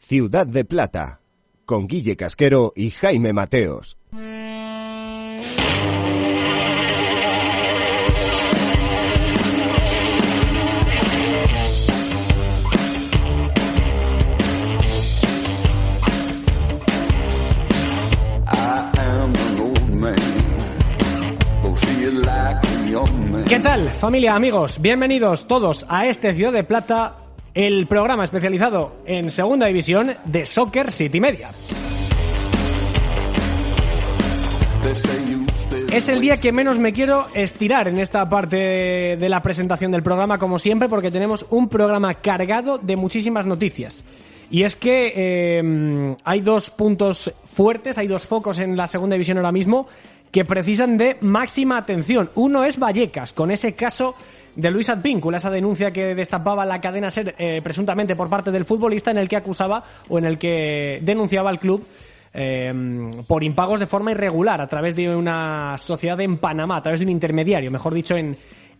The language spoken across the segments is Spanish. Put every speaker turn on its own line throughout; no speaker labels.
Ciudad de Plata, con Guille Casquero y Jaime Mateos.
¿Qué tal, familia, amigos? Bienvenidos todos a este Ciudad de Plata, el programa especializado en Segunda División de Soccer City Media. Es el día que menos me quiero estirar en esta parte de la presentación del programa, como siempre, porque tenemos un programa cargado de muchísimas noticias. Y es que hay dos puntos fuertes, hay dos focos en la Segunda División ahora mismo que precisan de máxima atención. Uno es Vallecas, con ese caso de Luis Advíncula, esa denuncia que destapaba la cadena SER presuntamente por parte del futbolista, en el que acusaba o en el que denunciaba al club por impagos de forma irregular a través de una sociedad en Panamá, a través de un intermediario, mejor dicho, en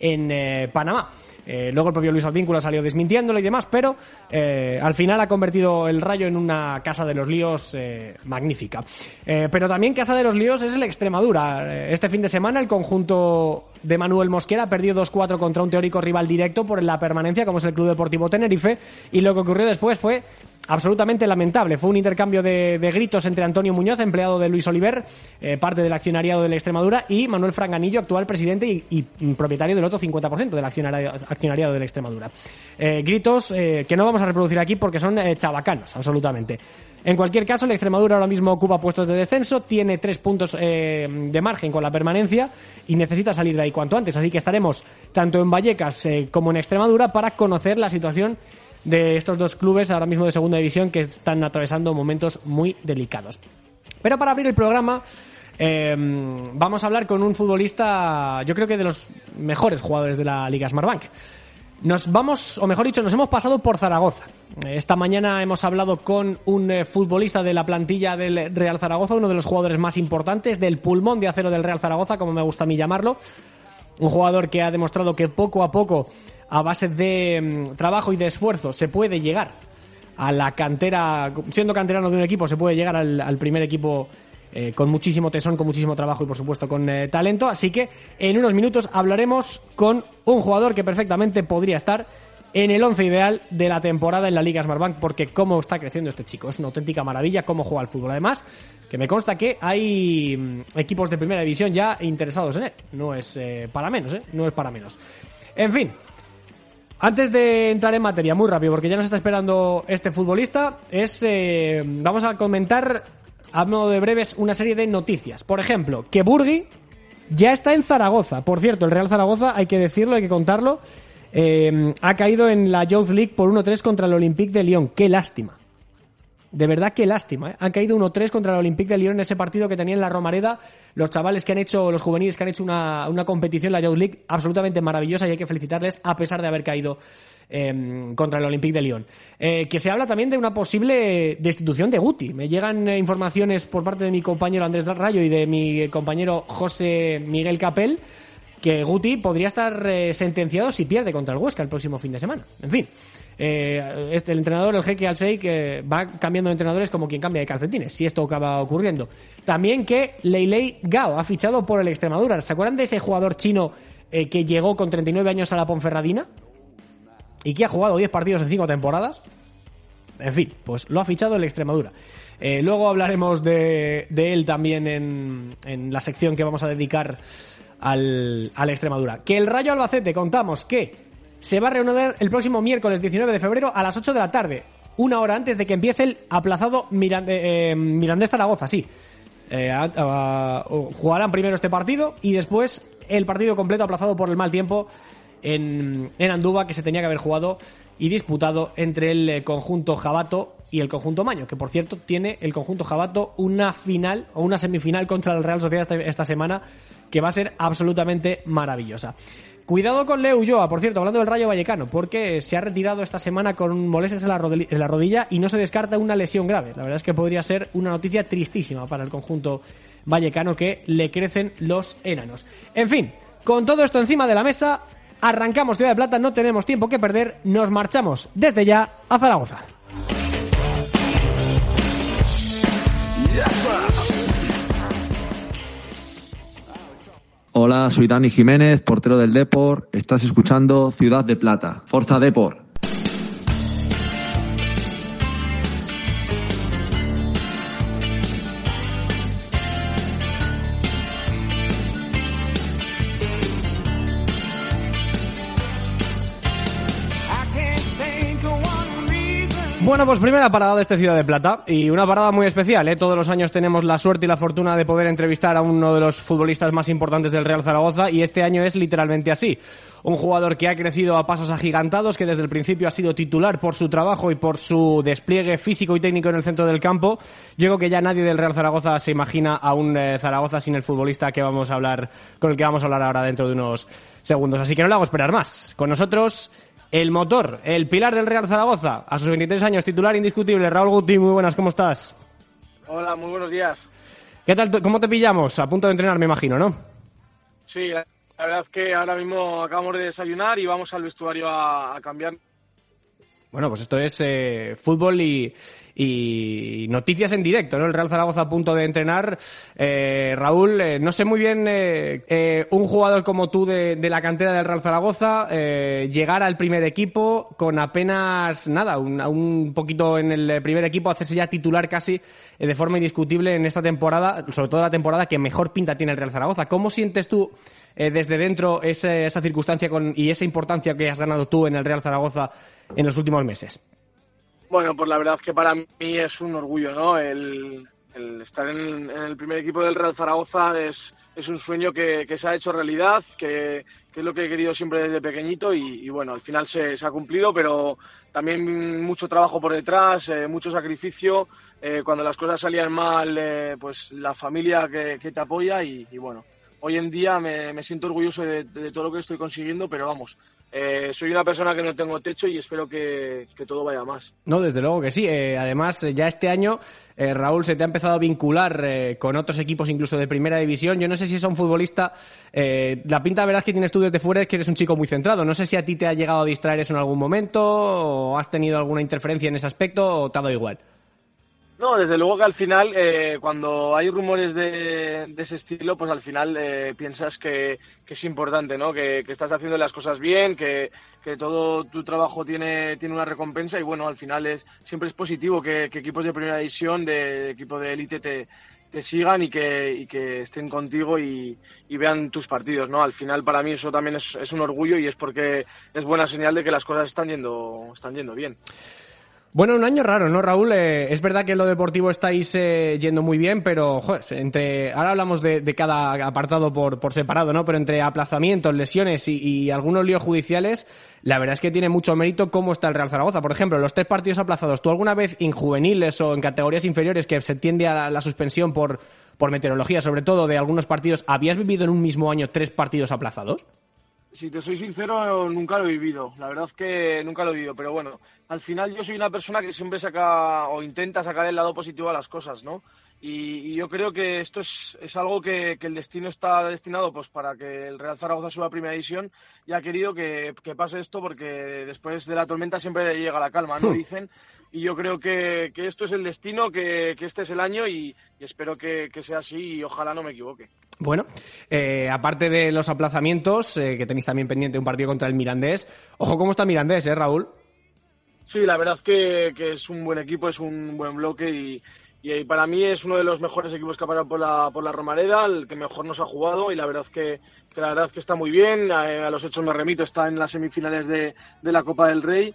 Panamá. Luego el propio Luis Advíncula salió desmintiéndolo y demás, pero al final ha convertido el Rayo en una casa de los líos magnífica. Pero también casa de los líos es el Extremadura. Este fin de semana el conjunto de Manuel Mosquera perdió 2-4 contra un teórico rival directo por la permanencia, como es el Club Deportivo Tenerife, y lo que ocurrió después fue absolutamente lamentable. Fue un intercambio de gritos entre Antonio Muñoz, empleado de Luis Oliver, parte del accionariado de la Extremadura, y Manuel Franganillo, actual presidente y propietario del otro 50% del accionariado de la Extremadura. Gritos que no vamos a reproducir aquí porque son chabacanos, absolutamente. En cualquier caso, la Extremadura ahora mismo ocupa puestos de descenso, tiene 3 puntos de margen con la permanencia y necesita salir de ahí cuanto antes. Así que estaremos tanto en Vallecas como en Extremadura para conocer la situación de estos dos clubes ahora mismo de Segunda División que están atravesando momentos muy delicados. Pero para abrir el programa vamos a hablar con un futbolista, yo creo que de los mejores jugadores de la Liga Smartbank. Nos hemos pasado por Zaragoza. Esta mañana hemos hablado con un futbolista de la plantilla del Real Zaragoza, uno de los jugadores más importantes del pulmón de acero del Real Zaragoza, como me gusta a mí llamarlo. Un jugador que ha demostrado que poco a poco, a base de trabajo y de esfuerzo, se puede llegar a la cantera, siendo canterano de un equipo, se puede llegar al primer equipo con muchísimo tesón, con muchísimo trabajo y por supuesto con talento. Así que en unos minutos hablaremos con un jugador que perfectamente podría estar en el 11 ideal de la temporada en la Liga Smartbank, porque cómo está creciendo este chico, es una auténtica maravilla cómo juega al fútbol. Además, que me consta que hay equipos de primera división ya interesados en él. No es para menos, no es para menos. En fin, antes de entrar en materia, muy rápido, porque ya nos está esperando este futbolista, vamos a comentar a modo de breves una serie de noticias. Por ejemplo, que Burgui ya está en Zaragoza. Por cierto, el Real Zaragoza, hay que decirlo, hay que contarlo, ha caído en la Youth League por 1-3 contra el Olympique de Lyon. ¡Qué lástima! De verdad, qué lástima, Han caído 1-3 contra el Olympique de Lyon en ese partido que tenían en la Romareda los chavales que han hecho, los juveniles que han hecho una competición, la Youth League, absolutamente maravillosa, y hay que felicitarles a pesar de haber caído contra el Olympique de Lyon. Que se habla también de una posible destitución de Guti. Me llegan informaciones por parte de mi compañero Andrés Rayo y de mi compañero José Miguel Capel que Guti podría estar sentenciado si pierde contra el Huesca el próximo fin de semana. En fin, el entrenador, el jeque Al-Sheikh, va cambiando de entrenadores como quien cambia de calcetines, si esto acaba ocurriendo. También que Leilei Gao ha fichado por el Extremadura. ¿Se acuerdan de ese jugador chino que llegó con 39 años a la Ponferradina y que ha jugado 10 partidos en 5 temporadas? En fin, pues lo ha fichado el Extremadura. Luego hablaremos de él también en la sección que vamos a dedicar al Extremadura. Que el Rayo Albacete, contamos que se va a reunir el próximo miércoles 19 de febrero a las 8 de la tarde, una hora antes de que empiece el aplazado Mirandés Zaragoza. Sí, jugarán primero este partido y después el partido completo aplazado por el mal tiempo en Andúba, que se tenía que haber jugado y disputado entre el conjunto Jabato y el conjunto Maño, que por cierto tiene el conjunto Jabato una final o una semifinal contra el Real Sociedad esta semana, que va a ser absolutamente maravillosa. Cuidado con Leo Ulloa, por cierto, hablando del Rayo Vallecano, porque se ha retirado esta semana con molestias en la rodilla y no se descarta una lesión grave. La verdad es que podría ser una noticia tristísima para el conjunto vallecano, que le crecen los enanos. En fin, con todo esto encima de la mesa, arrancamos Ciudad de Plata, no tenemos tiempo que perder, nos marchamos desde ya a Zaragoza.
Hola, soy Dani Jiménez, portero del Depor. Estás escuchando Ciudad de Plata. Forza Depor.
Bueno, pues primera parada de este Ciudad de Plata y una parada muy especial, ¿eh? Todos los años tenemos la suerte y la fortuna de poder entrevistar a uno de los futbolistas más importantes del Real Zaragoza y este año es literalmente así. Un jugador que ha crecido a pasos agigantados, que desde el principio ha sido titular por su trabajo y por su despliegue físico y técnico en el centro del campo. Yo creo que ya nadie del Real Zaragoza se imagina a un Zaragoza sin el futbolista que vamos a hablar, con el que vamos a hablar ahora dentro de unos segundos. Así que no le hago esperar más. Con nosotros, el motor, el pilar del Real Zaragoza, a sus 23 años, titular indiscutible. Raúl Guti, muy buenas, ¿cómo estás?
Hola, muy buenos días.
¿Qué tal? ¿Cómo te pillamos? A punto de entrenar, me imagino, ¿no?
Sí, la verdad es que ahora mismo acabamos de desayunar y vamos al vestuario a cambiar.
Bueno, pues esto es fútbol y noticias en directo, ¿no? El Real Zaragoza a punto de entrenar. Raúl, no sé muy bien, un jugador como tú de la cantera del Real Zaragoza, llegar al primer equipo con apenas nada, un poquito en el primer equipo, hacerse ya titular casi de forma indiscutible en esta temporada, sobre todo la temporada que mejor pinta tiene el Real Zaragoza. ¿Cómo sientes tú desde dentro esa circunstancia y esa importancia que has ganado tú en el Real Zaragoza en los últimos meses?
Bueno, pues la verdad que para mí es un orgullo, ¿no? El estar en el primer equipo del Real Zaragoza es un sueño que se ha hecho realidad, que es lo que he querido siempre desde pequeñito y bueno, al final se ha cumplido, pero también mucho trabajo por detrás, mucho sacrificio. Cuando las cosas salían mal, pues la familia que te apoya y bueno, hoy en día me siento orgulloso de todo lo que estoy consiguiendo, pero vamos, soy una persona que no tengo techo y espero que todo vaya más.
No, desde luego que sí. Además, ya este año, Raúl, se te ha empezado a vincular con otros equipos incluso de primera división. Yo no sé si es un futbolista, la pinta de verdad que tienes tú desde fuera es que eres un chico muy centrado. No sé si a ti te ha llegado a distraer eso en algún momento o has tenido alguna interferencia en ese aspecto o te ha dado igual.
No, desde luego que al final, cuando hay rumores de ese estilo, pues al final piensas que es importante, ¿no? Que estás haciendo las cosas bien, que todo tu trabajo tiene una recompensa y bueno, al final siempre es positivo que equipos de primera división, de equipo de élite te sigan y que estén contigo y vean tus partidos, ¿no? Al final para mí eso también es un orgullo y es porque es buena señal de que las cosas están yendo bien.
Bueno, un año raro, ¿no, Raúl? Es verdad que en lo deportivo estáis yendo muy bien, pero joder, ahora hablamos de cada apartado por separado, ¿no? Pero entre aplazamientos, lesiones y algunos líos judiciales, la verdad es que tiene mucho mérito cómo está el Real Zaragoza. Por ejemplo, los 3 partidos aplazados. ¿Tú alguna vez en juveniles o en categorías inferiores que se tiende a la suspensión por meteorología, sobre todo de algunos partidos, habías vivido en un mismo año 3 partidos aplazados?
Si te soy sincero, nunca lo he vivido. La verdad es que nunca lo he vivido, pero bueno, al final yo soy una persona que siempre saca o intenta sacar el lado positivo a las cosas, ¿no? Y yo creo que esto es algo que el destino está destinado pues para que el Real Zaragoza suba a Primera División y ha querido que pase esto porque después de la tormenta siempre llega la calma, ¿no? Dicen. Y yo creo que esto es el destino, que este es el año y espero que sea así y ojalá no me equivoque.
Bueno, aparte de los aplazamientos, que tenéis también pendiente un partido contra el Mirandés, ojo cómo está Mirandés, Raúl.
Sí, la verdad que es un buen equipo, es un buen bloque y para mí es uno de los mejores equipos que ha pasado por la Romareda, el que mejor nos ha jugado y la verdad que está muy bien, a los hechos me remito, está en las semifinales de la Copa del Rey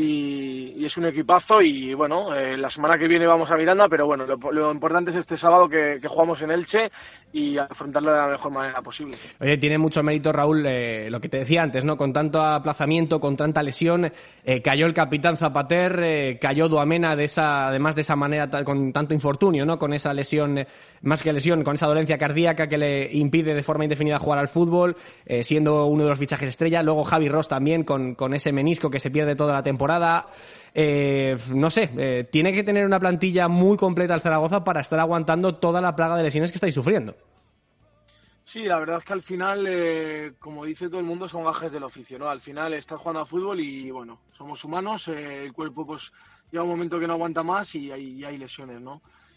y es un equipazo y bueno, la semana que viene vamos a Miranda, pero bueno, lo importante es este sábado que jugamos en Elche y afrontarlo de la mejor manera posible.
Oye, tiene mucho mérito, Raúl, lo que te decía antes, ¿no? Con tanto aplazamiento, con tanta lesión, cayó el capitán Zapater, cayó Duamena además de esa manera, con tanto infortunio, ¿no? Con esa lesión, más que lesión, con esa dolencia cardíaca que le impide de forma indefinida jugar al fútbol, siendo uno de los fichajes estrella. Luego Javi Ross también con ese menisco que se pierde toda la temporada. No sé, tiene que tener una plantilla muy completa el Zaragoza para estar aguantando toda la plaga de lesiones que estáis sufriendo.
Sí, la verdad es que al final, como dice todo el mundo, son gajes del oficio, ¿no? Al final estás jugando a fútbol y bueno, somos humanos, el cuerpo pues llega un momento que no aguanta más y hay lesiones, ¿no?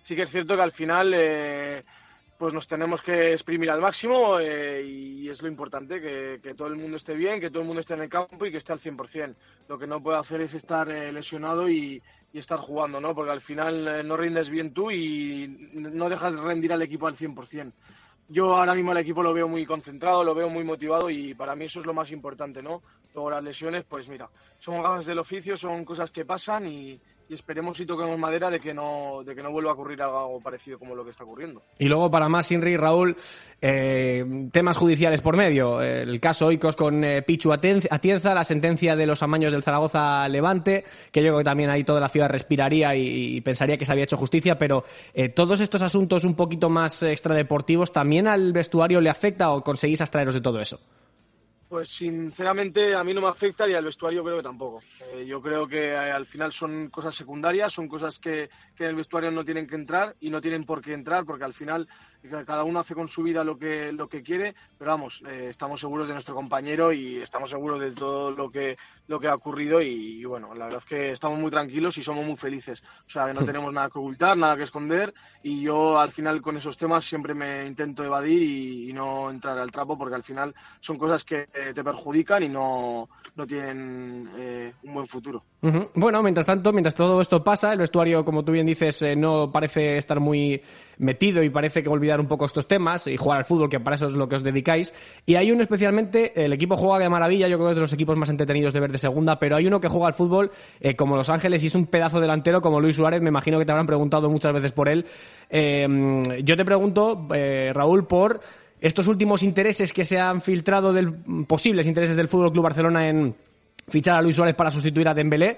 sí que es cierto que al final pues nos tenemos que exprimir al máximo y es lo importante, que todo el mundo esté bien, que todo el mundo esté en el campo y que esté al 100%. Lo que no puede hacer es estar lesionado y estar jugando, ¿no? Porque al final no rindes bien tú y no dejas rendir al equipo al 100%. Yo ahora mismo el equipo lo veo muy concentrado, lo veo muy motivado y para mí eso es lo más importante, ¿no? Luego las lesiones, pues mira, son ganas del oficio, son cosas que pasan y esperemos y toquemos madera de que no vuelva a ocurrir algo parecido como lo que está ocurriendo.
Y luego, para más, Inri, Raúl, temas judiciales por medio. El caso Oikos con Pichu Atienza, la sentencia de los amaños del Zaragoza Levante, que yo creo que también ahí toda la ciudad respiraría y pensaría que se había hecho justicia, pero todos estos asuntos un poquito más extradeportivos, ¿también al vestuario le afecta o conseguís abstraeros de todo eso?
Pues sinceramente a mí no me afecta y al vestuario creo que tampoco. Yo creo que al final son cosas secundarias, son cosas que en el vestuario no tienen que entrar y no tienen por qué entrar porque al final cada uno hace con su vida lo que quiere, pero vamos, estamos seguros de nuestro compañero y estamos seguros de todo lo que ha ocurrido y bueno, la verdad es que estamos muy tranquilos y somos muy felices. O sea, que no tenemos nada que ocultar, nada que esconder y yo al final con esos temas siempre me intento evadir y no entrar al trapo porque al final son cosas que te perjudican y no tienen un buen futuro.
Uh-huh. Bueno, mientras tanto, mientras todo esto pasa, el vestuario, como tú bien dices, no parece estar muy metido y parece que olvidar un poco estos temas y jugar al fútbol, que para eso es lo que os dedicáis. Y hay uno especialmente, el equipo juega de maravilla, yo creo que es de los equipos más entretenidos de ver de segunda, pero hay uno que juega al fútbol como Los Ángeles y es un pedazo delantero como Luis Suárez, me imagino que te habrán preguntado muchas veces por él. Yo te pregunto, Raúl, por estos últimos intereses que se han filtrado, posibles intereses del FC Barcelona en fichar a Luis Suárez para sustituir a Dembélé.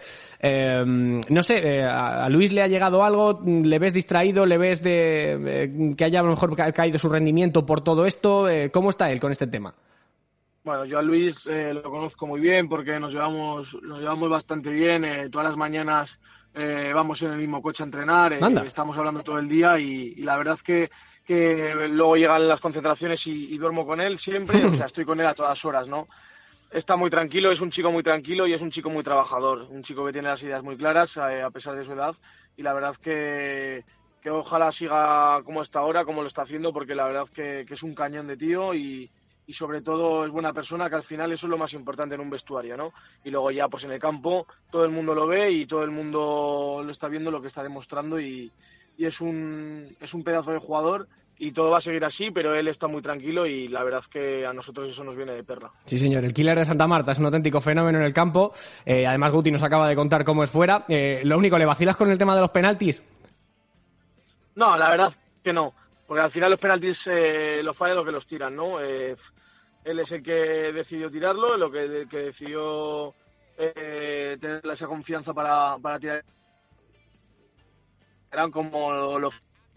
No sé, a Luis le ha llegado algo, le ves distraído, le ves que haya a lo mejor caído su rendimiento por todo esto. ¿Cómo está él con este tema?
Bueno, yo a Luis lo conozco muy bien porque nos llevamos bastante bien. Todas las mañanas vamos en el mismo coche a entrenar, estamos hablando todo el día y la verdad es que luego llegan las concentraciones y duermo con él siempre, o sea, estoy con él a todas horas, ¿no? Está muy tranquilo, es un chico muy tranquilo y es un chico muy trabajador, un chico que tiene las ideas muy claras a pesar de su edad y la verdad que ojalá siga como está ahora, como lo está haciendo, porque la verdad que es un cañón de tío y sobre todo es buena persona, que al final eso es lo más importante en un vestuario, ¿no? Y luego ya pues en el campo todo el mundo lo ve y todo el mundo lo está viendo lo que está demostrando y es un pedazo de jugador y todo va a seguir así, pero él está muy tranquilo y la verdad que a nosotros eso nos viene de perla.
Sí, señor, el killer de Santa Marta es un auténtico fenómeno en el campo. Además, Guti nos acaba de contar cómo es fuera. Lo único, ¿le vacilas con el tema de los penaltis?
No, la verdad que no, porque al final los penaltis los falla lo que los tiran, ¿no? Él es el que decidió tirarlo, el que decidió tener esa confianza para tirar. Eran como lo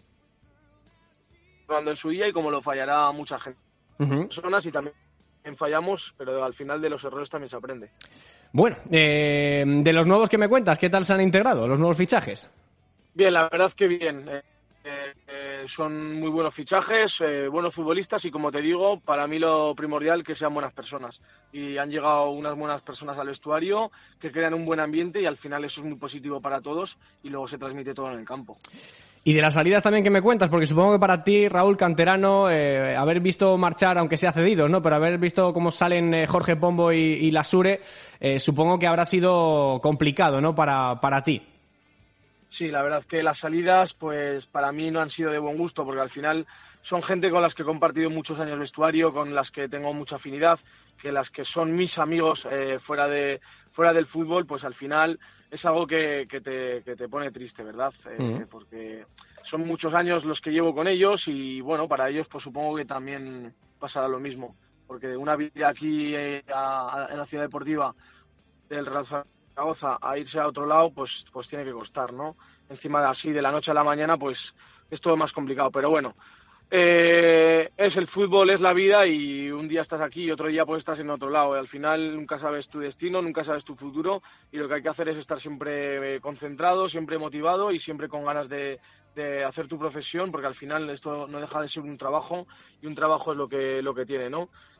cuando en su día y como lo fallará mucha gente.
Uh-huh.
Personas y también fallamos, pero al final de los errores también se aprende.
Bueno, de los nuevos que me cuentas, ¿qué tal se han integrado los nuevos fichajes?
Bien, la verdad que bien. Son muy buenos fichajes, buenos futbolistas y como te digo, para mí lo primordial que sean buenas personas. Y han llegado unas buenas personas al vestuario que crean un buen ambiente y al final eso es muy positivo para todos y luego se transmite todo en el campo.
Y de las salidas también que me cuentas, porque supongo que para ti, Raúl Canterano, haber visto marchar, aunque sea cedidos, ¿no? Pero haber visto cómo salen Jorge Pombo y Lasure, supongo que habrá sido complicado, ¿no? Para ti.
Sí, la verdad que las salidas, pues para mí no han sido de buen gusto, porque al final son gente con las que he compartido muchos años vestuario, con las que tengo mucha afinidad, que las que son mis amigos fuera del fútbol, pues al final es algo que te pone triste, ¿verdad? Porque son muchos años los que llevo con ellos y bueno, para ellos pues supongo que también pasará lo mismo, porque una vida aquí en la ciudad deportiva del Real Zaragoza a irse a otro lado, pues tiene que costar, ¿no? Encima así de la noche a la mañana, pues es todo más complicado, pero bueno. Es el fútbol, es la vida y un día estás aquí y otro día pues estás en otro lado y al final nunca sabes tu destino, nunca sabes tu futuro y lo que hay que hacer es estar siempre concentrado, siempre motivado y siempre con ganas de hacer tu profesión, porque al final esto no deja de ser un trabajo y un trabajo es lo que tiene, ¿no?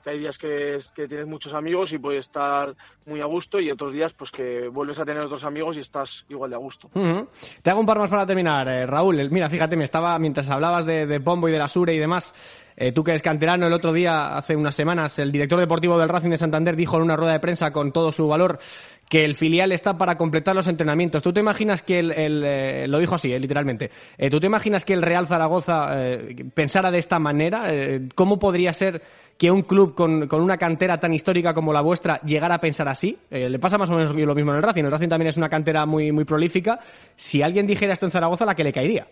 hay días que tienes muchos amigos y puedes estar muy a gusto, y otros días pues que vuelves a tener otros amigos y estás igual de a gusto.
Uh-huh. Te hago un par más para terminar, Raúl. Mira, fíjate, mientras hablabas de Pombo y de la Sure y demás, tú que eres canterano, el otro día, hace unas semanas, el director deportivo del Racing de Santander dijo en una rueda de prensa con todo su valor que el filial está para completar los entrenamientos. ¿Tú te imaginas que lo dijo así, literalmente, ¿tú te imaginas que el Real Zaragoza pensara de esta manera? ¿Cómo podría ser que un club con una cantera tan histórica como la vuestra llegara a pensar así? Le pasa más o menos lo mismo en el Racing. El Racing también es una cantera muy, muy prolífica. Si alguien dijera esto en Zaragoza, la que le caería.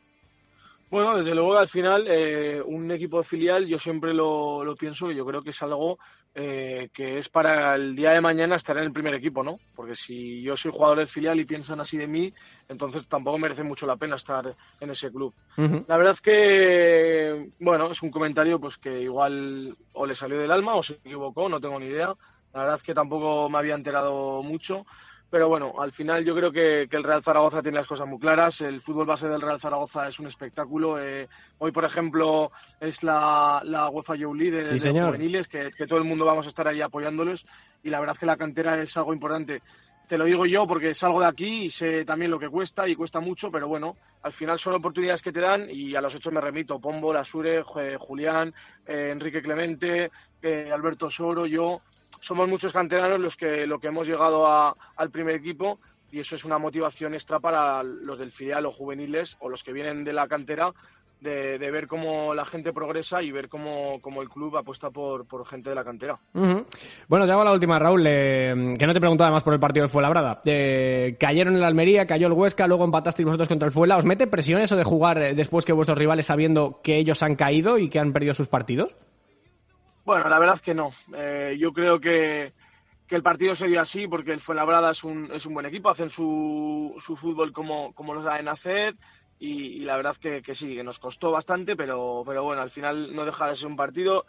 Bueno, desde luego al final un equipo de filial yo siempre lo pienso, y yo creo que es algo que es para el día de mañana estar en el primer equipo, ¿no? Porque si yo soy jugador del filial y piensan así de mí, entonces tampoco merece mucho la pena estar en ese club. Uh-huh. La verdad es que, bueno, es un comentario pues que igual o le salió del alma o se equivocó, no tengo ni idea. La verdad es que tampoco me había enterado mucho. Pero bueno, al final yo creo que el Real Zaragoza tiene las cosas muy claras. El fútbol base del Real Zaragoza es un espectáculo. Hoy, por ejemplo, es la UEFA Youth League de juveniles, que todo el mundo vamos a estar ahí apoyándolos. Y la verdad es que la cantera es algo importante. Te lo digo yo porque salgo de aquí y sé también lo que cuesta, y cuesta mucho, pero bueno, al final son oportunidades que te dan, y a los hechos me remito. Pombo, la Sure, Julián, Enrique Clemente, Alberto Soro, yo... Somos muchos canteranos los que hemos llegado al primer equipo, y eso es una motivación extra para los del filial o juveniles o los que vienen de la cantera, de ver cómo la gente progresa y ver cómo el club apuesta por gente de la cantera.
Uh-huh. Bueno, te hago la última, Raúl, que no te pregunto además por el partido del Fuenlabrada. Cayeron en la Almería, cayó el Huesca, luego empatasteis vosotros contra el Fuenla. ¿Os mete presión eso de jugar después que vuestros rivales, sabiendo que ellos han caído y que han perdido sus partidos?
Bueno, la verdad es que no. Yo creo que el partido se dio así porque el Fuenlabrada es un buen equipo, hacen su fútbol como lo saben hacer, y la verdad que sí, que nos costó bastante, pero bueno, al final no deja de ser un partido.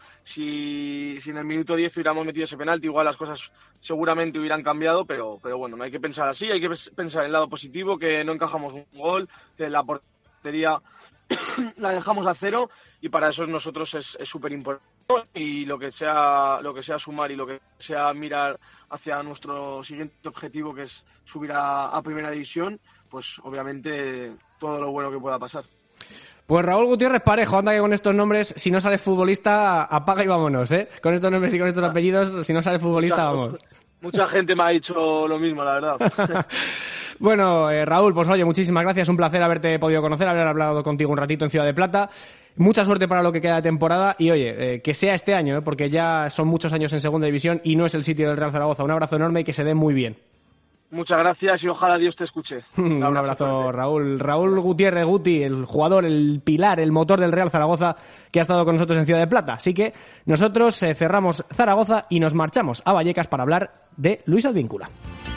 Si en el minuto 10 hubiéramos metido ese penalti, igual las cosas seguramente hubieran cambiado, pero bueno, no hay que pensar así, hay que pensar en el lado positivo, que no encajamos un gol, que la portería la dejamos a 0, y para eso nosotros es súper importante. Y lo que sea sumar y lo que sea mirar hacia nuestro siguiente objetivo, que es subir a primera división, pues obviamente todo lo bueno que pueda pasar.
Pues Raúl Gutiérrez Parejo, anda que con estos nombres, si no sales futbolista, apaga y vámonos, ¿eh? Con estos nombres y con estos apellidos, si no sales futbolista, vamos.
Mucha gente me ha dicho lo mismo, la verdad.
Bueno, Raúl, pues oye, muchísimas gracias, un placer haberte podido conocer, haber hablado contigo un ratito en Ciudad de Plata. Mucha suerte para lo que queda de temporada, y oye, que sea este año, porque ya son muchos años en segunda división y no es el sitio del Real Zaragoza. Un abrazo enorme y que se dé muy bien.
Muchas gracias y ojalá Dios te escuche.
Un abrazo, Raúl. Raúl Gutiérrez Guti, el jugador, el pilar, el motor del Real Zaragoza, que ha estado con nosotros en Ciudad de Plata. Así que nosotros cerramos Zaragoza y nos marchamos a Vallecas para hablar de Luis Advíncula.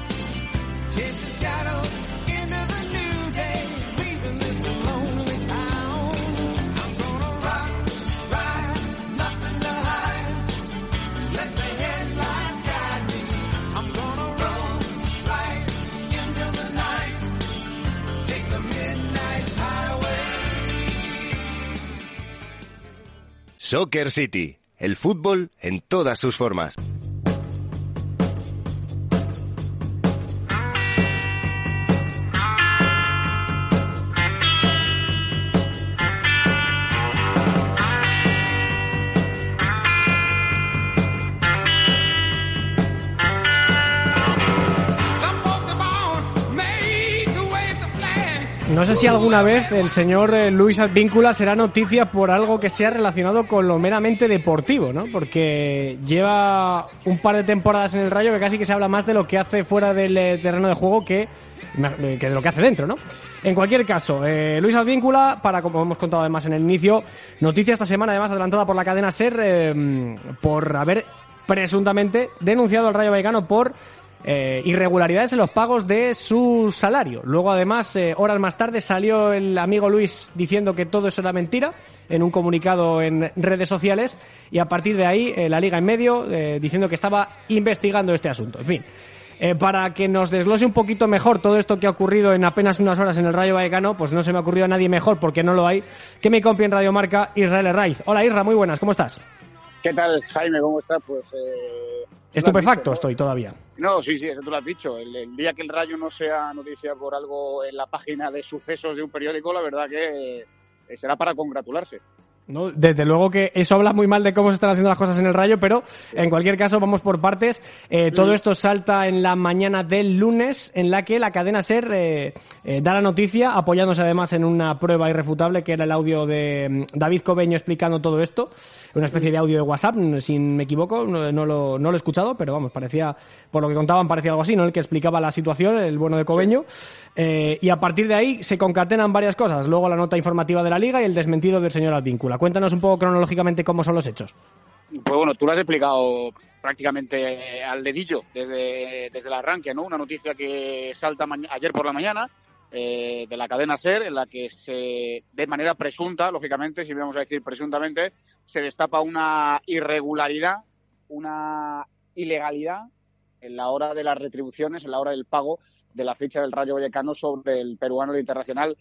Soccer City, el fútbol en todas sus formas.
No sé si alguna vez el señor Luis Advíncula será noticia por algo que sea relacionado con lo meramente deportivo, ¿no? Porque lleva un par de temporadas en el Rayo que casi que se habla más de lo que hace fuera del terreno de juego que de lo que hace dentro, ¿no? En cualquier caso, Luis Advíncula, como hemos contado además en el inicio, noticia esta semana además adelantada por la cadena SER por haber presuntamente denunciado al Rayo Vallecano por irregularidades en los pagos de su salario. Luego además, horas más tarde, salió el amigo Luis diciendo que todo eso era mentira en un comunicado en redes sociales, y a partir de ahí la Liga en medio diciendo que estaba investigando este asunto. En fin, para que nos desglose un poquito mejor todo esto que ha ocurrido en apenas unas horas en el Rayo Vallecano, pues no se me ha ocurrido a nadie mejor, porque no lo hay, que mi compi en Radio Marca, Israel Herraiz. Hola Isra, muy buenas, ¿cómo estás?
¿Qué tal, Jaime? ¿Cómo estás? Pues
estupefacto estoy todavía.
No, sí, eso tú lo has dicho. El día que el Rayo no sea noticia por algo en la página de sucesos de un periódico, la verdad que será para congratularse.
No, desde luego que eso habla muy mal de cómo se están haciendo las cosas en el Rayo, pero en cualquier caso vamos por partes. Todo esto salta en la mañana del lunes, en la que la cadena SER da la noticia, apoyándose además en una prueba irrefutable, que era el audio de David Cobeño explicando todo esto, una especie de audio de WhatsApp, si me equivoco, no lo he escuchado, pero vamos, parecía, por lo que contaban, parecía algo así, ¿no? El que explicaba la situación, el bueno de Cobeño, y a partir de ahí se concatenan varias cosas, luego la nota informativa de la Liga y el desmentido del señor Advíncula. Cuéntanos un poco cronológicamente cómo son los hechos.
Pues bueno, tú lo has explicado prácticamente al dedillo desde el arranque, ¿no? Una noticia que salta ayer por la mañana de la cadena SER, en la que de manera presunta, lógicamente, si vamos a decir presuntamente, se destapa una irregularidad, una ilegalidad en la hora de las retribuciones, en la hora del pago de la ficha del Rayo Vallecano sobre el peruano internacional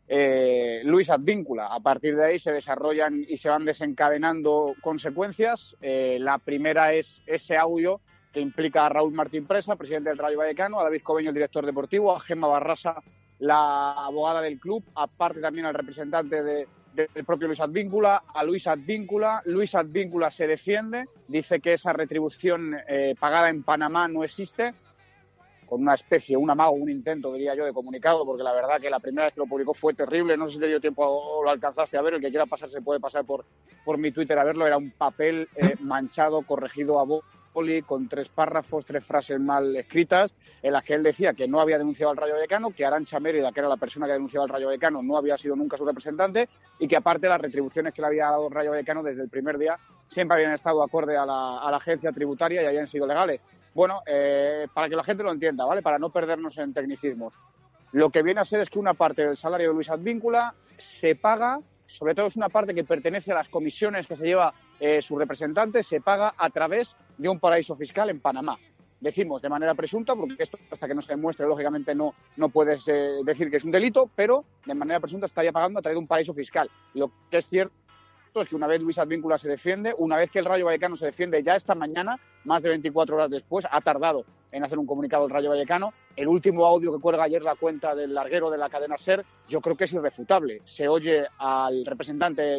Luis Advíncula. A partir de ahí se desarrollan y se van desencadenando consecuencias. La primera es ese audio que implica a Raúl Martín Presa, presidente del Rayo Vallecano, a David Cobeño, el director deportivo, a Gemma Barrasa, la abogada del club, aparte también al representante del propio Luis Advíncula, a Luis Advíncula. Luis Advíncula se defiende, dice que esa retribución pagada en Panamá no existe, con una especie, un amago, un intento, diría yo, de comunicado, porque la verdad que la primera vez que lo publicó fue terrible. No sé si te dio tiempo o lo alcanzaste a ver. El que quiera pasar se puede pasar por mi Twitter a verlo. Era un papel manchado, corregido a boli, con 3 párrafos, 3 frases mal escritas, en las que él decía que no había denunciado al Rayo Vallecano, que Arantxa Mérida, que era la persona que denunciaba al Rayo Vallecano, no había sido nunca su representante, y que aparte las retribuciones que le había dado el Rayo Vallecano desde el primer día siempre habían estado acorde a la agencia tributaria y habían sido legales. Bueno, para que la gente lo entienda, ¿vale? Para no perdernos en tecnicismos. Lo que viene a ser es que una parte del salario de Luis Advíncula se paga, sobre todo es una parte que pertenece a las comisiones que se lleva su representante, se paga a través de un paraíso fiscal en Panamá. Decimos de manera presunta, porque esto hasta que no se demuestre, lógicamente no puedes decir que es un delito, pero de manera presunta estaría pagando a través de un paraíso fiscal. Lo que es cierto es que una vez Luis Advíncula se defiende, una vez que el Rayo Vallecano se defiende ya esta mañana, más de 24 horas después, ha tardado en hacer un comunicado el Rayo Vallecano. El último audio que cuelga ayer la cuenta del larguero de la cadena SER, yo creo que es irrefutable. Se oye al representante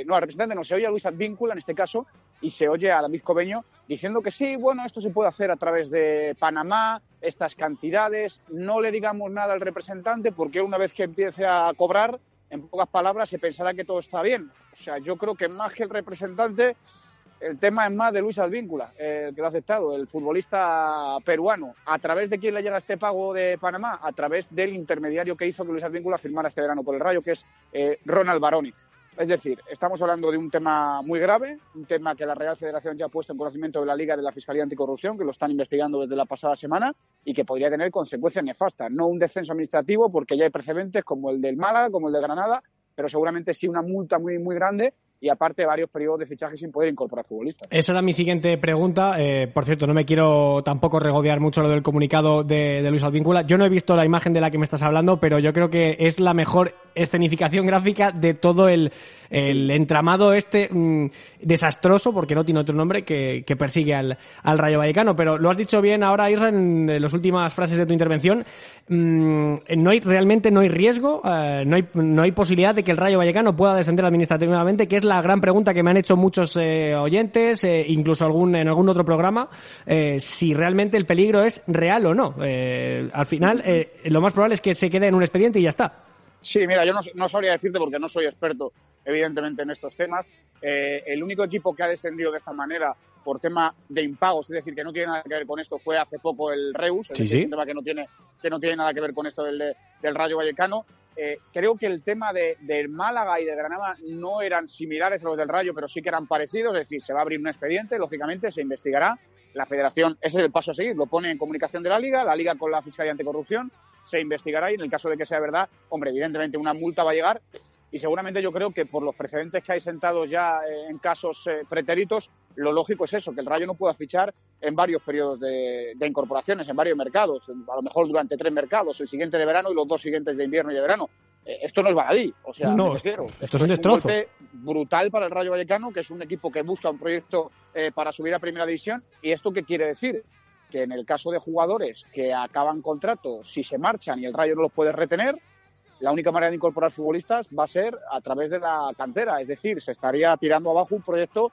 se oye a Luis Advíncula en este caso, y se oye a David Cobeño diciendo que sí, bueno, esto se puede hacer a través de Panamá, estas cantidades, no le digamos nada al representante, porque una vez que empiece a cobrar, en pocas palabras, se pensará que todo está bien. O sea, yo creo que más que el representante, el tema es más de Luis Advíncula, que lo ha aceptado, el futbolista peruano. ¿A través de quién le llega este pago de Panamá? A través del intermediario que hizo que Luis Advíncula firmara este verano por el Rayo, que es Ronald Baroni. Es decir, estamos hablando de un tema muy grave, un tema que la Real Federación ya ha puesto en conocimiento de la Liga de la Fiscalía Anticorrupción, que lo están investigando desde la pasada semana y que podría tener consecuencias nefastas. No un descenso administrativo, porque ya hay precedentes como el del Málaga, como el de Granada, pero seguramente sí una multa muy, muy grande y aparte varios periodos de fichaje sin poder incorporar futbolistas. Esa
era mi siguiente pregunta. Por cierto, no me quiero tampoco regodear mucho lo del comunicado de Luis Advíncula. Yo no he visto la imagen de la que me estás hablando, pero yo creo que es la mejor escenificación gráfica de todo el entramado desastroso, porque no tiene otro nombre, que persigue al Rayo Vallecano. Pero lo has dicho bien ahora, Isra, en las últimas frases de tu intervención. No hay riesgo, no hay posibilidad de que el Rayo Vallecano pueda descender administrativamente, que es la gran pregunta que me han hecho muchos oyentes, incluso en algún otro programa, si realmente el peligro es real o no. Al final, lo más probable es que se quede en un expediente y ya está.
Sí, mira, yo no sabría decirte porque no soy experto, evidentemente, en estos temas. El único equipo que ha descendido de esta manera por tema de impagos, es decir, que no tiene nada que ver con esto, fue hace poco el Reus, es un tema que no tiene nada que ver con esto del Rayo Vallecano. Creo que el tema del Málaga y de Granada no eran similares a los del Rayo, pero sí que eran parecidos, es decir, se va a abrir un expediente, lógicamente se investigará, la Federación, ese es el paso a seguir, lo pone en comunicación de la Liga con la Fiscalía Anticorrupción, se investigará y en el caso de que sea verdad, hombre, evidentemente una multa va a llegar y seguramente yo creo que por los precedentes que hay sentados ya en casos pretéritos, lo lógico es eso, que el Rayo no pueda fichar en varios periodos de incorporaciones, en varios mercados, a lo mejor durante 3 mercados, el siguiente de verano y los 2 siguientes de invierno y de verano. esto no es baladí, o sea,
no,
me refiero.
Esto es un destrozo.
Un golpe brutal para el Rayo Vallecano, que es un equipo que busca un proyecto para subir a Primera División. ¿Y esto qué quiere decir? Que en el caso de jugadores que acaban contrato, si se marchan y el Rayo no los puede retener, la única manera de incorporar futbolistas va a ser a través de la cantera. Es decir, se estaría tirando abajo un proyecto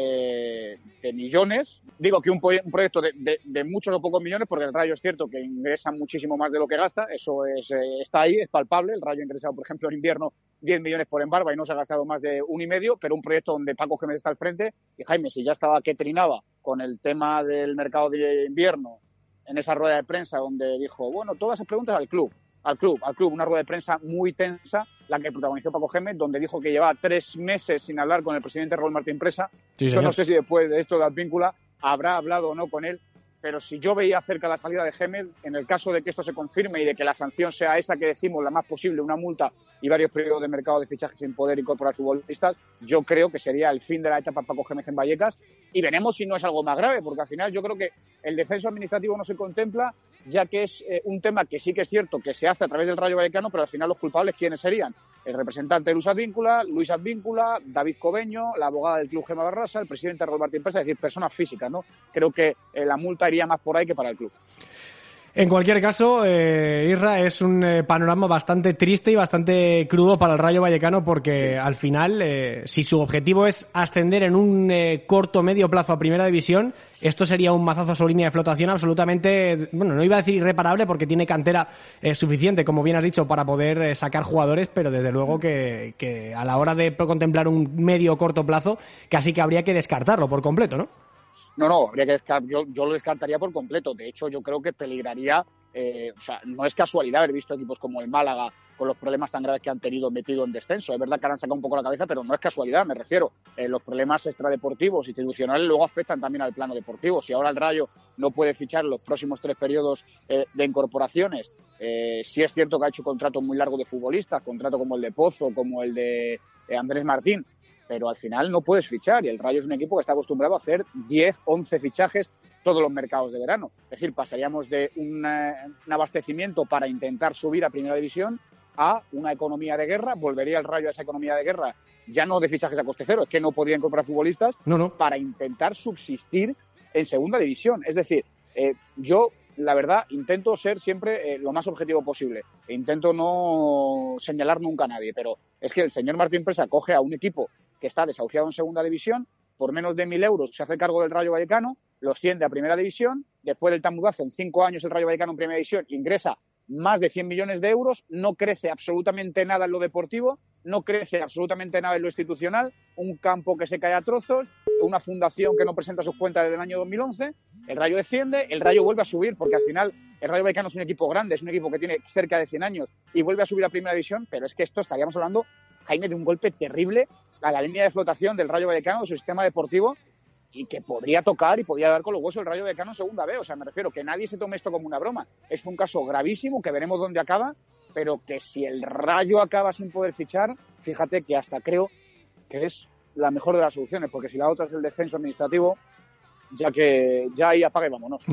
de millones. Digo que un proyecto de muchos o pocos millones, porque el Rayo es cierto que ingresa muchísimo más de lo que gasta. Eso está ahí, es palpable. El Rayo ha ingresado, por ejemplo, en invierno 10 millones por Embarba y no se ha gastado más de 1,5, pero un proyecto donde Paco Gémez está al frente. Y Jaime, si ya estaba que trinaba con el tema del mercado de invierno en esa rueda de prensa donde dijo, bueno, todas esas preguntas al club, una rueda de prensa muy tensa, la que protagonizó Paco Gémez, donde dijo que llevaba 3 meses sin hablar con el presidente Raúl Martín Presa.
Sí,
yo no sé si después de esto de Advíncula habrá hablado o no con él, pero si yo veía cerca la salida de Gémez, en el caso de que esto se confirme y de que la sanción sea esa que decimos, la más posible, una multa y varios periodos de mercado de fichajes sin poder incorporar futbolistas, yo creo que sería el fin de la etapa Paco Gémez en Vallecas, y veremos si no es algo más grave, porque al final yo creo que el descenso administrativo no se contempla, ya que es un tema que sí que es cierto que se hace a través del Rayo Vallecano, pero al final los culpables, ¿quiénes serían? El representante de Luis Advíncula, David Cobeño, la abogada del club Gemma Barrasa, el presidente Raúl Martín Presa, es decir, personas físicas, ¿no? Creo que la multa iría más por ahí que para el club.
En cualquier caso, Isra, es un panorama bastante triste y bastante crudo para el Rayo Vallecano, porque al final, si su objetivo es ascender en un corto medio plazo a Primera División, esto sería un mazazo a su línea de flotación absolutamente, bueno, no iba a decir irreparable porque tiene cantera suficiente, como bien has dicho, para poder sacar jugadores, pero desde luego que a la hora de contemplar un medio o corto plazo, casi que habría que descartarlo por completo, ¿no?
No, habría que yo lo descartaría por completo. De hecho, yo creo que peligraría, o sea, no es casualidad haber visto equipos como el Málaga con los problemas tan graves que han tenido metido en descenso. Es verdad que ahora han sacado un poco la cabeza, pero no es casualidad, me refiero. Los problemas extradeportivos, institucionales, luego afectan también al plano deportivo. Si ahora el Rayo no puede fichar los próximos 3 periodos de incorporaciones, sí es cierto que ha hecho contratos muy largos de futbolistas, contrato como el de Pozo, como el de Andrés Martín, pero al final no puedes fichar, y el Rayo es un equipo que está acostumbrado a hacer 10, 11 fichajes todos los mercados de verano. Es decir, pasaríamos de un abastecimiento para intentar subir a Primera División a una economía de guerra. Volvería el Rayo a esa economía de guerra, ya no de fichajes a coste cero, es que no podría incorporar futbolistas para intentar subsistir en Segunda División. Es decir, yo, la verdad, intento ser siempre lo más objetivo posible. E intento no señalar nunca a nadie, pero es que el señor Martín Presa coge a un equipo que está desahuciado en Segunda División, por menos de 1.000 euros se hace cargo del Rayo Vallecano, lo asciende a Primera División, después del tambudazo, en 5 años el Rayo Vallecano en Primera División ingresa más de 100 millones de euros, no crece absolutamente nada en lo deportivo, no crece absolutamente nada en lo institucional, un campo que se cae a trozos, una fundación que no presenta sus cuentas desde el año 2011, el Rayo desciende, el Rayo vuelve a subir, porque al final el Rayo Vallecano es un equipo grande, es un equipo que tiene cerca de 100 años y vuelve a subir a Primera División, pero es que esto estaríamos hablando, Jaime, de un golpe terrible a la línea de flotación del Rayo Vallecano, de su sistema deportivo, y que podría tocar y podría dar con los huesos el Rayo Vallecano en Segunda B. O sea, me refiero que nadie se tome esto como una broma. Es un caso gravísimo, que veremos dónde acaba, pero que si el Rayo acaba sin poder fichar, fíjate que hasta creo que es la mejor de las soluciones, porque si la otra es el descenso administrativo, ya ahí apaga y vámonos.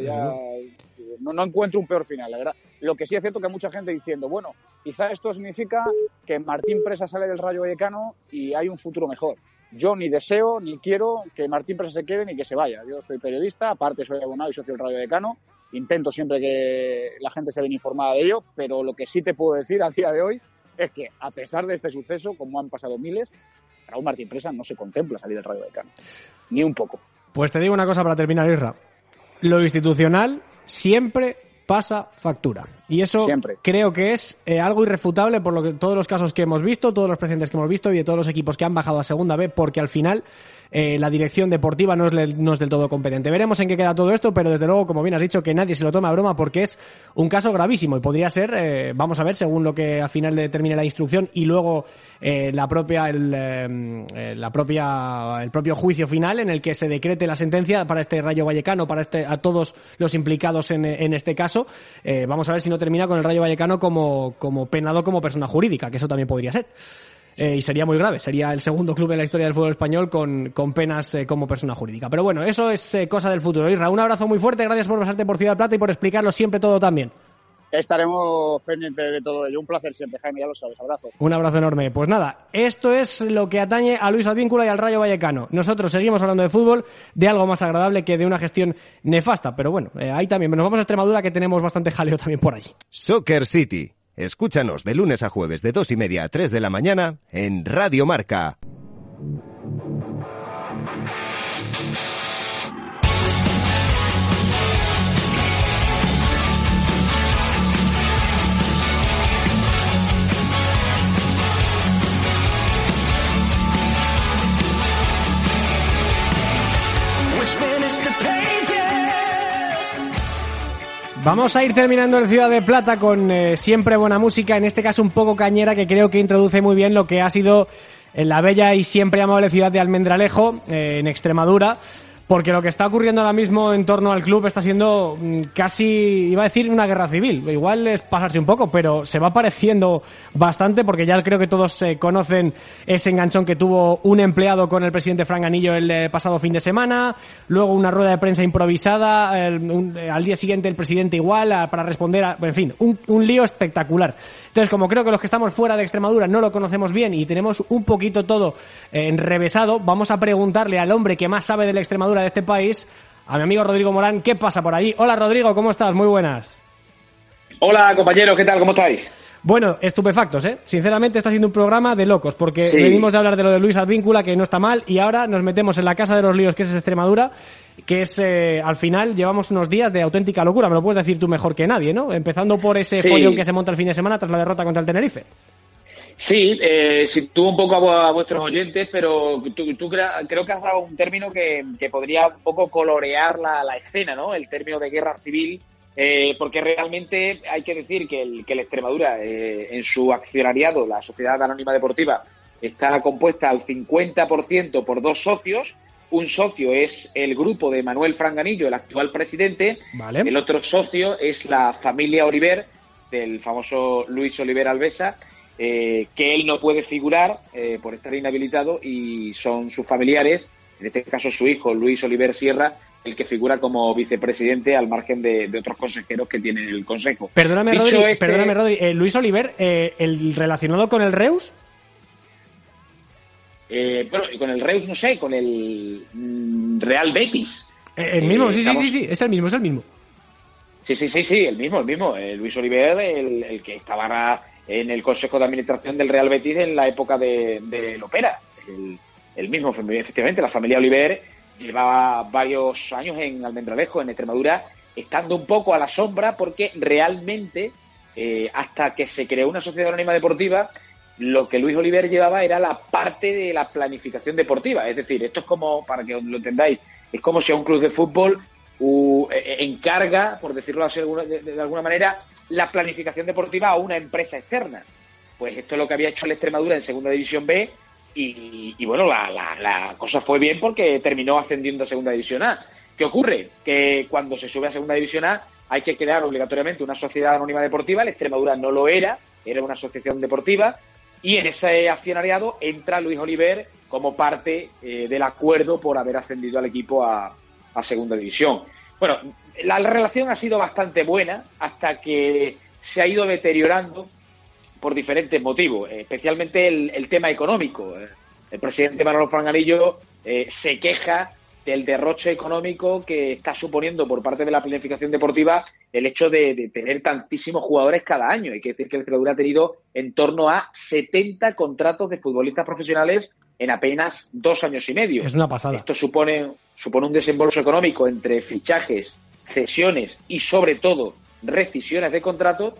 No encuentro un peor final, la verdad. Lo que sí es cierto que hay mucha gente diciendo, bueno, quizá esto significa que Martín Presa sale del Rayo Vallecano y hay un futuro mejor. Yo ni deseo ni quiero que Martín Presa se quede ni que se vaya. Yo soy periodista, aparte soy abonado y socio del Rayo Vallecano. Intento siempre que la gente esté bien informada de ello, pero lo que sí te puedo decir a día de hoy es que, a pesar de este suceso, como han pasado miles, Raúl Martín Presa no se contempla salir del Rayo Vallecano. Ni un poco.
Pues te digo una cosa para terminar, Isra. Lo institucional siempre pasa factura. Y eso siempre creo que es algo irrefutable por lo que todos los casos que hemos visto, todos los precedentes que hemos visto y de todos los equipos que han bajado a Segunda B, porque al final la dirección deportiva no es del todo competente. Veremos en qué queda todo esto, pero desde luego, como bien has dicho, que nadie se lo tome a broma porque es un caso gravísimo y podría ser, vamos a ver, según lo que al final determine la instrucción y luego el propio juicio final en el que se decrete la sentencia para este Rayo Vallecano, para a todos los implicados en este caso. Vamos a ver si no termina con el Rayo Vallecano como penado como persona jurídica, que eso también podría ser. Y sería muy grave, sería el segundo club en la historia del fútbol español con penas como persona jurídica. Pero bueno, eso es cosa del futuro. Isra, un abrazo muy fuerte, gracias por pasarte por Ciudad de Plata y por explicarlo siempre todo tan bien.
Estaremos pendientes de todo ello. Un placer siempre, Jaime, ya lo sabes. Abrazo.
Un abrazo enorme. Pues nada, esto es lo que atañe a Luis Advíncula y al Rayo Vallecano. Nosotros seguimos hablando de fútbol, de algo más agradable que de una gestión nefasta. Pero bueno, ahí también. Nos vamos a Extremadura, que tenemos bastante jaleo también por ahí.
Soccer City. Escúchanos de lunes a jueves de 2:30 a 3 de la mañana en Radio Marca.
Vamos a ir terminando el Ciudad de Plata con siempre buena música, en este caso un poco cañera, que creo que introduce muy bien lo que ha sido la bella y siempre amable ciudad de Almendralejo, en Extremadura, porque lo que está ocurriendo ahora mismo en torno al club está siendo casi, iba a decir, una guerra civil. Igual es pasarse un poco, pero se va pareciendo bastante, porque ya creo que todos conocen ese enganchón que tuvo un empleado con el presidente Fran Ganillo el pasado fin de semana, luego una rueda de prensa improvisada, al día siguiente el presidente igual, para responder en fin, un lío espectacular. Entonces, como creo que los que estamos fuera de Extremadura no lo conocemos bien y tenemos un poquito todo enrevesado, vamos a preguntarle al hombre que más sabe de la Extremadura de este país, a mi amigo Rodrigo Morán, ¿qué pasa por allí? Hola Rodrigo, ¿cómo estás? Muy buenas.
Hola compañeros, ¿qué tal? ¿Cómo estáis?
Bueno, estupefactos, ¿eh? Sinceramente está siendo un programa de locos, porque
sí.
Venimos de hablar de lo de Luis Advíncula, que no está mal, y ahora nos metemos en la casa de los líos, que es Extremadura, que es, al final, llevamos unos días de auténtica locura, me lo puedes decir tú mejor que nadie, ¿no? Empezando por ese follón que se monta el fin de semana tras la derrota contra el Tenerife.
Sí, sitúo un poco a vuestros oyentes, pero tú creo que has dado un término que podría un poco colorear la escena, ¿no? El término de guerra civil, porque realmente hay que decir que el Extremadura, en su accionariado, la Sociedad Anónima Deportiva, está compuesta al 50% por dos socios. Un socio es el grupo de Manuel Fran Ganillo, el actual presidente.
Vale.
El otro socio es la familia Oliver, del famoso Luis Oliver Albesa, que él no puede figurar por estar inhabilitado, y son sus familiares, en este caso su hijo Luis Oliver Sierra, el que figura como vicepresidente al margen de otros consejeros que tiene el Consejo.
Perdóname, Rodri, Luis Oliver, el relacionado con el Reus.
Bueno, con el Reus no sé, con el Real Betis.
El mismo, sí, es el mismo.
Sí, el mismo. Luis Oliver, el que estaba en el Consejo de Administración del Real Betis en la época de Lopera. El mismo, efectivamente, la familia Oliver llevaba varios años en Almendralejo, en Extremadura, estando un poco a la sombra, porque realmente, hasta que se creó una sociedad anónima deportiva, lo que Luis Oliver llevaba era la parte de la planificación deportiva. Es decir, esto es como, para que lo entendáis, es como si a un club de fútbol encarga, por decirlo así de alguna manera, la planificación deportiva a una empresa externa. Pues esto es lo que había hecho el Extremadura en Segunda División B, y bueno, la cosa fue bien porque terminó ascendiendo a Segunda División A. ¿Qué ocurre? Que cuando se sube a Segunda División A hay que crear obligatoriamente una sociedad anónima deportiva. El Extremadura no lo era una asociación deportiva, y en ese accionariado entra Luis Oliver como parte del acuerdo por haber ascendido al equipo a Segunda División. Bueno, la relación ha sido bastante buena hasta que se ha ido deteriorando por diferentes motivos, especialmente el tema económico. El presidente Manuel Fran Ganillo se queja del derroche económico que está suponiendo por parte de la planificación deportiva el hecho de tener tantísimos jugadores cada año. Hay que decir que el Extremadura ha tenido en torno a 70 contratos de futbolistas profesionales en apenas 2 años y medio.
Es una pasada.
Esto supone un desembolso económico entre fichajes, cesiones y, sobre todo, rescisiones de contratos,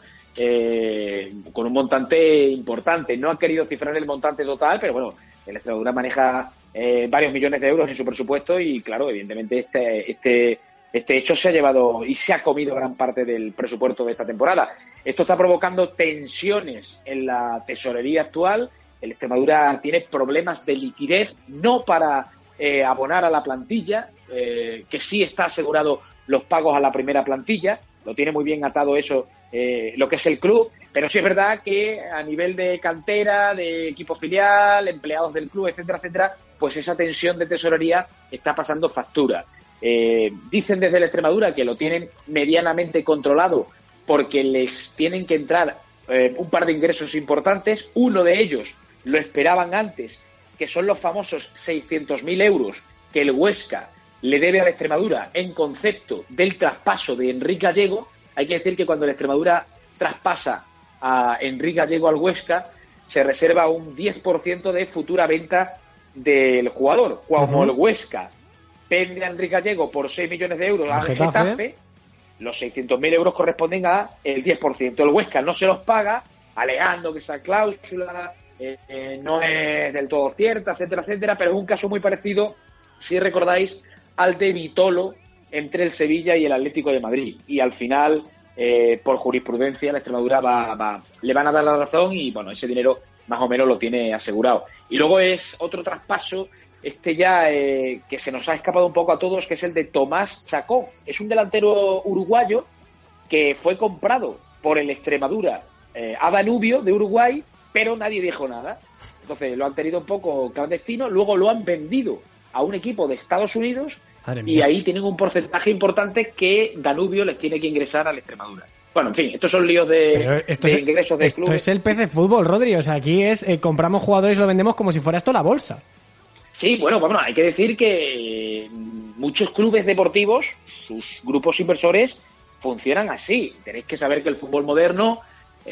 con un montante importante. No ha querido cifrar el montante total, pero bueno, el Extremadura maneja varios millones de euros en su presupuesto, y claro, evidentemente este hecho se ha llevado y se ha comido gran parte del presupuesto de esta temporada. Esto está provocando tensiones en la tesorería actual. El Extremadura tiene problemas de liquidez, no para abonar a la plantilla, que sí está asegurado los pagos a la primera plantilla, lo tiene muy bien atado eso, lo que es el club, pero sí es verdad que a nivel de cantera, de equipo filial, empleados del club, etcétera, etcétera, pues esa tensión de tesorería está pasando factura. Dicen desde la Extremadura que lo tienen medianamente controlado porque les tienen que entrar un par de ingresos importantes. Uno de ellos lo esperaban antes, que son los famosos 600.000 euros que el Huesca le debe a la Extremadura en concepto del traspaso de Enrique Gallego. Hay que decir que cuando la Extremadura traspasa a Enrique Gallego al Huesca, se reserva un 10% de futura venta del jugador. Cuando el Huesca vende a Enrique Gallego por 6 millones de euros al Getafe, los 600.000 euros corresponden a el 10%. El Huesca no se los paga, alegando que esa cláusula no es del todo cierta, etcétera, etcétera, pero es un caso muy parecido, si recordáis, al de Vitolo entre el Sevilla y el Atlético de Madrid. Y al final, por jurisprudencia, la Extremadura le van a dar la razón y, bueno, ese dinero más o menos lo tiene asegurado. Y luego es otro traspaso, ya que se nos ha escapado un poco a todos, que es el de Tomás Chacón. Es un delantero uruguayo que fue comprado por el Extremadura a Danubio de Uruguay, pero nadie dijo nada. Entonces lo han tenido un poco clandestino, luego lo han vendido a un equipo de Estados Unidos y ahí tienen un porcentaje importante que Danubio les tiene que ingresar a la Extremadura. Bueno, en fin, estos son líos de ingresos de clubes.
Esto es el PC Fútbol, Rodri. O sea, aquí es compramos jugadores y lo vendemos como si fuera esto la bolsa.
Sí, bueno, hay que decir que muchos clubes deportivos, sus grupos inversores, funcionan así. Tenéis que saber que el fútbol moderno,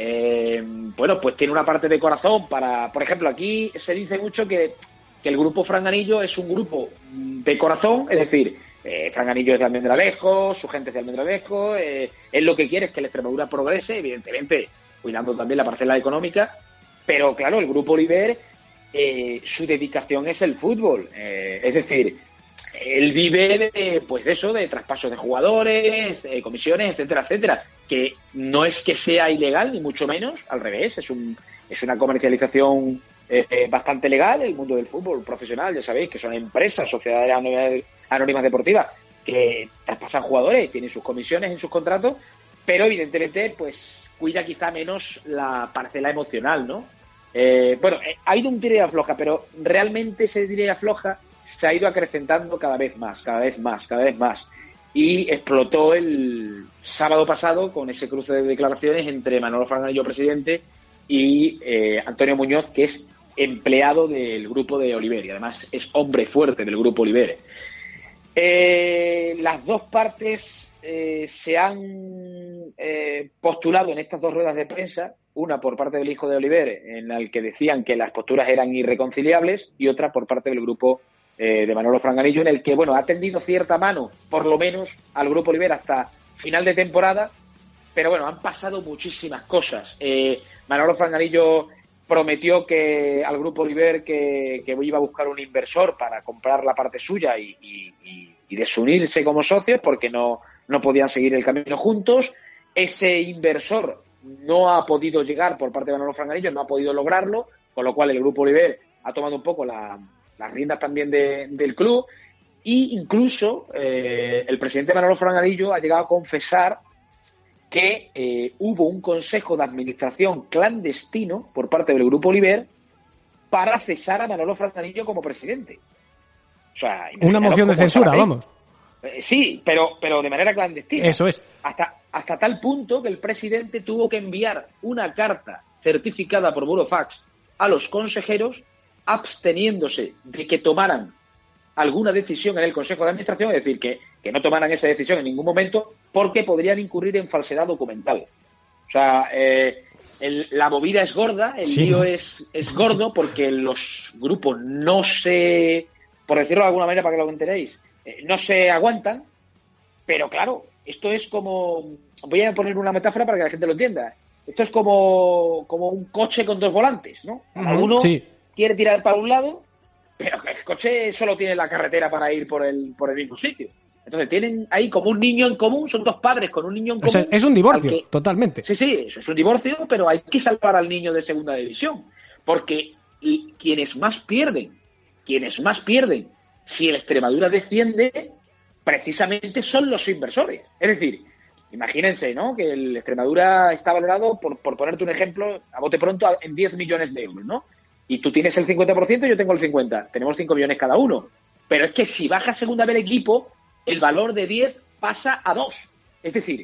pues tiene una parte de corazón para... Por ejemplo, aquí se dice mucho que el grupo Franganillo es un grupo de corazón, es decir, Franganillo es de Almendralejo, su gente es de Almendralejo, él lo que quiere es que la Extremadura progrese, evidentemente cuidando también la parcela económica, pero claro, el grupo Oliver, su dedicación es el fútbol, es decir, él vive de traspasos de jugadores, comisiones, etcétera, etcétera, que no es que sea ilegal ni mucho menos, al revés, es una comercialización bastante legal. El mundo del fútbol profesional, ya sabéis que son empresas, sociedades anónimas deportivas que traspasan jugadores, tienen sus comisiones en sus contratos, pero evidentemente pues cuida quizá menos la parcela emocional, ¿no? Ha habido un tira y afloja, pero realmente ese tira y afloja se ha ido acrecentando cada vez más y explotó el sábado pasado con ese cruce de declaraciones entre Manolo Franganillo, presidente, y Antonio Muñoz, que es empleado del grupo de Oliver y además es hombre fuerte del grupo Oliver. Las dos partes se han postulado en estas dos ruedas de prensa, una por parte del hijo de Oliver, en la que decían que las posturas eran irreconciliables, y otra por parte del grupo de Manolo Franganillo, en el que ha tendido cierta mano, por lo menos, al grupo Oliver hasta final de temporada, pero han pasado muchísimas cosas. Manolo Franganillo prometió al grupo Oliver que iba a buscar un inversor para comprar la parte suya y desunirse como socios, porque no podían seguir el camino juntos. Ese inversor no ha podido llegar por parte de Manolo Franganillo, no ha podido lograrlo, con lo cual el grupo Oliver ha tomado un poco las riendas también del club, e incluso el presidente Manolo Franganillo ha llegado a confesar que hubo un consejo de administración clandestino por parte del grupo Oliver para cesar a Manolo Franganillo como presidente. O sea,
una moción de censura, vamos.
Sí, pero de manera clandestina.
Eso es.
Hasta tal punto que el presidente tuvo que enviar una carta certificada por Burofax a los consejeros absteniéndose de que tomaran alguna decisión en el Consejo de Administración, es decir, que no tomaran esa decisión en ningún momento porque podrían incurrir en falsedad documental. O sea, la movida es gorda, el lío es gordo, porque los grupos no se, por decirlo de alguna manera para que lo enteréis, no se aguantan, pero claro, esto es como, voy a poner una metáfora para que la gente lo entienda, esto es como un coche con dos volantes, ¿no? Uno quiere tirar para un lado, pero que el coche solo tiene la carretera para ir por el mismo sitio. Entonces tienen ahí como un niño en común, son dos padres con un niño en común.
O sea, es un divorcio, totalmente.
Sí, eso es un divorcio, pero hay que salvar al niño de segunda división, porque quienes más pierden, si el Extremadura desciende, precisamente son los inversores. Es decir, imagínense, ¿no?, que el Extremadura está valorado, por ponerte un ejemplo, a bote pronto, en 10 millones de euros, ¿no? Y tú tienes el 50%, yo tengo el 50%. Tenemos 5 millones cada uno. Pero es que si baja segunda vez el equipo, el valor de 10 pasa a 2. Es decir,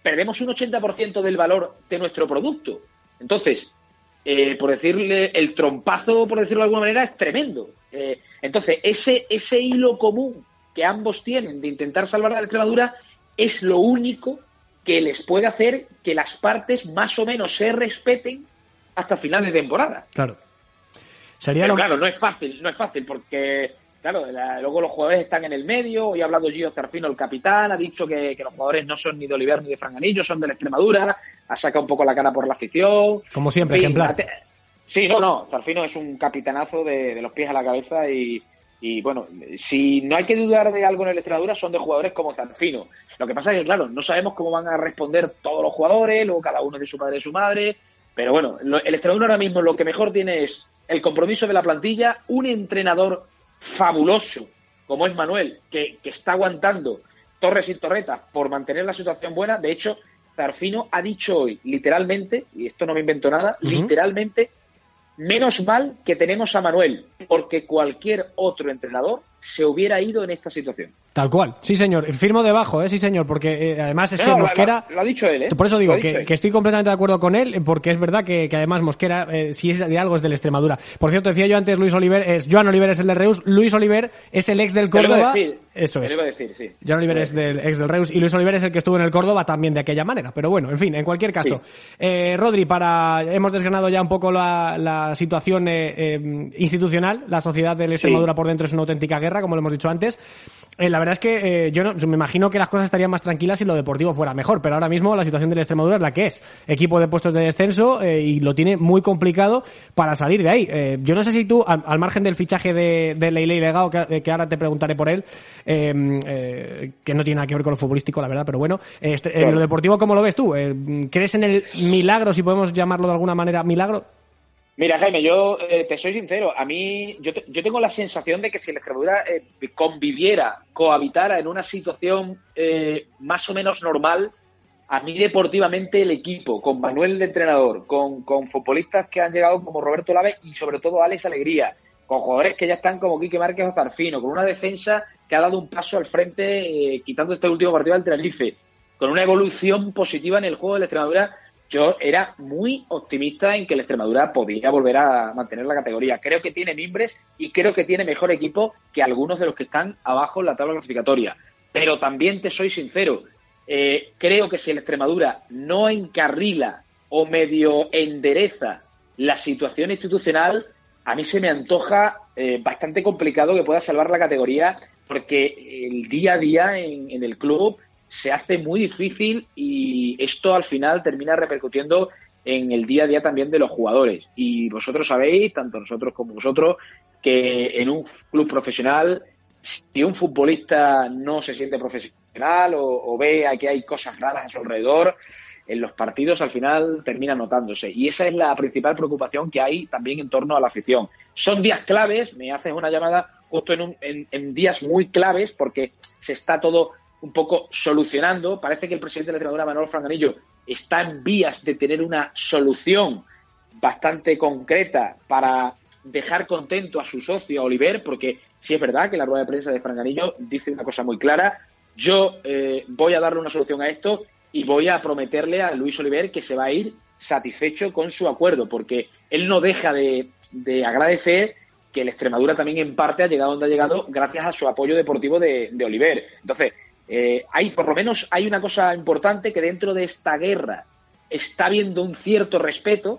perdemos un 80% del valor de nuestro producto. Entonces, por decirle, el trompazo, por decirlo de alguna manera, es tremendo. Entonces, ese hilo común que ambos tienen de intentar salvar a la Extremadura es lo único que les puede hacer que las partes más o menos se respeten hasta final de temporada.
Claro.
Pero claro, no es fácil porque, claro, luego los jugadores están en el medio. Hoy ha hablado Gio Zarfino, el capitán, ha dicho que los jugadores no son ni de Oliver ni de Franganillo, son de la Extremadura, ha sacado un poco la cara por la afición.
Como siempre, en fin, ejemplar.
Sí, no, Zarfino es un capitanazo de los pies a la cabeza y bueno, si no hay que dudar de algo en el Extremadura son de jugadores como Zarfino. Lo que pasa es que, claro, no sabemos cómo van a responder todos los jugadores, luego cada uno es de su padre y su madre, pero bueno, el Extremadura ahora mismo lo que mejor tiene es el compromiso de la plantilla, un entrenador fabuloso como es Manuel, que está aguantando torres y torretas por mantener la situación buena. De hecho, Zarfino ha dicho hoy, literalmente, y esto no me invento nada, literalmente, menos mal que tenemos a Manuel, porque cualquier otro entrenador se hubiera ido en esta situación.
Tal cual, sí señor, firmo debajo, sí señor, porque además es que Mosquera...
Lo ha dicho él,
Por eso digo que estoy completamente de acuerdo con él, porque es verdad que además Mosquera, si es de algo, es de la Extremadura. Por cierto, decía yo antes, Joan Oliver es el del Reus, Luis Oliver es el ex del Córdoba... Eso es.
Sí.
Joan Oliver es del ex del Reus y Luis Oliver es el que estuvo en el Córdoba también de aquella manera. Pero bueno, en fin, en cualquier caso. Sí. Rodri, hemos desgranado ya un poco la situación institucional. La sociedad de la Extremadura por dentro es una auténtica guerra, como lo hemos dicho antes. La verdad es que yo me imagino que las cosas estarían más tranquilas si lo deportivo fuera mejor, pero ahora mismo la situación de la Extremadura es la que es. Equipo de puestos de descenso y lo tiene muy complicado para salir de ahí. Yo no sé si tú, al margen del fichaje de Leilei Legao, que ahora te preguntaré por él, que no tiene nada que ver con lo futbolístico, la verdad, pero bueno, en lo deportivo, ¿cómo lo ves tú? ¿Crees en el milagro, si podemos llamarlo de alguna manera milagro?
Mira, Jaime, yo te soy sincero. A mí, yo tengo la sensación de que si la Extremadura cohabitara en una situación más o menos normal, a mí deportivamente el equipo, con Manuel de entrenador, con futbolistas que han llegado como Roberto Lave y sobre todo Alex Alegría, con jugadores que ya están como Quique Márquez o Zarfino, con una defensa que ha dado un paso al frente quitando este último partido del Tenerife, con una evolución positiva en el juego de la Extremadura. Yo era muy optimista en que la Extremadura podía volver a mantener la categoría. Creo que tiene mimbres y creo que tiene mejor equipo que algunos de los que están abajo en la tabla clasificatoria. Pero también te soy sincero, creo que si la Extremadura no encarrila o medio endereza la situación institucional, a mí se me antoja bastante complicado que pueda salvar la categoría, porque el día a día en el club se hace muy difícil y esto al final termina repercutiendo en el día a día también de los jugadores. Y vosotros sabéis, tanto nosotros como vosotros, que en un club profesional, si un futbolista no se siente profesional o ve que hay cosas raras a su alrededor, en los partidos al final termina notándose. Y esa es la principal preocupación que hay también en torno a la afición. Son días claves, me haces una llamada justo en días muy claves, porque se está todo un poco solucionando. Parece que el presidente de la Extremadura, Manuel Franganillo, está en vías de tener una solución bastante concreta para dejar contento a su socio, a Oliver, porque sí es verdad que la rueda de prensa de Franganillo dice una cosa muy clara: yo voy a darle una solución a esto y voy a prometerle a Luis Oliver que se va a ir satisfecho con su acuerdo, porque él no deja de agradecer que la Extremadura también en parte ha llegado donde ha llegado gracias a su apoyo deportivo de Oliver. Entonces, por lo menos hay una cosa importante, que dentro de esta guerra está habiendo un cierto respeto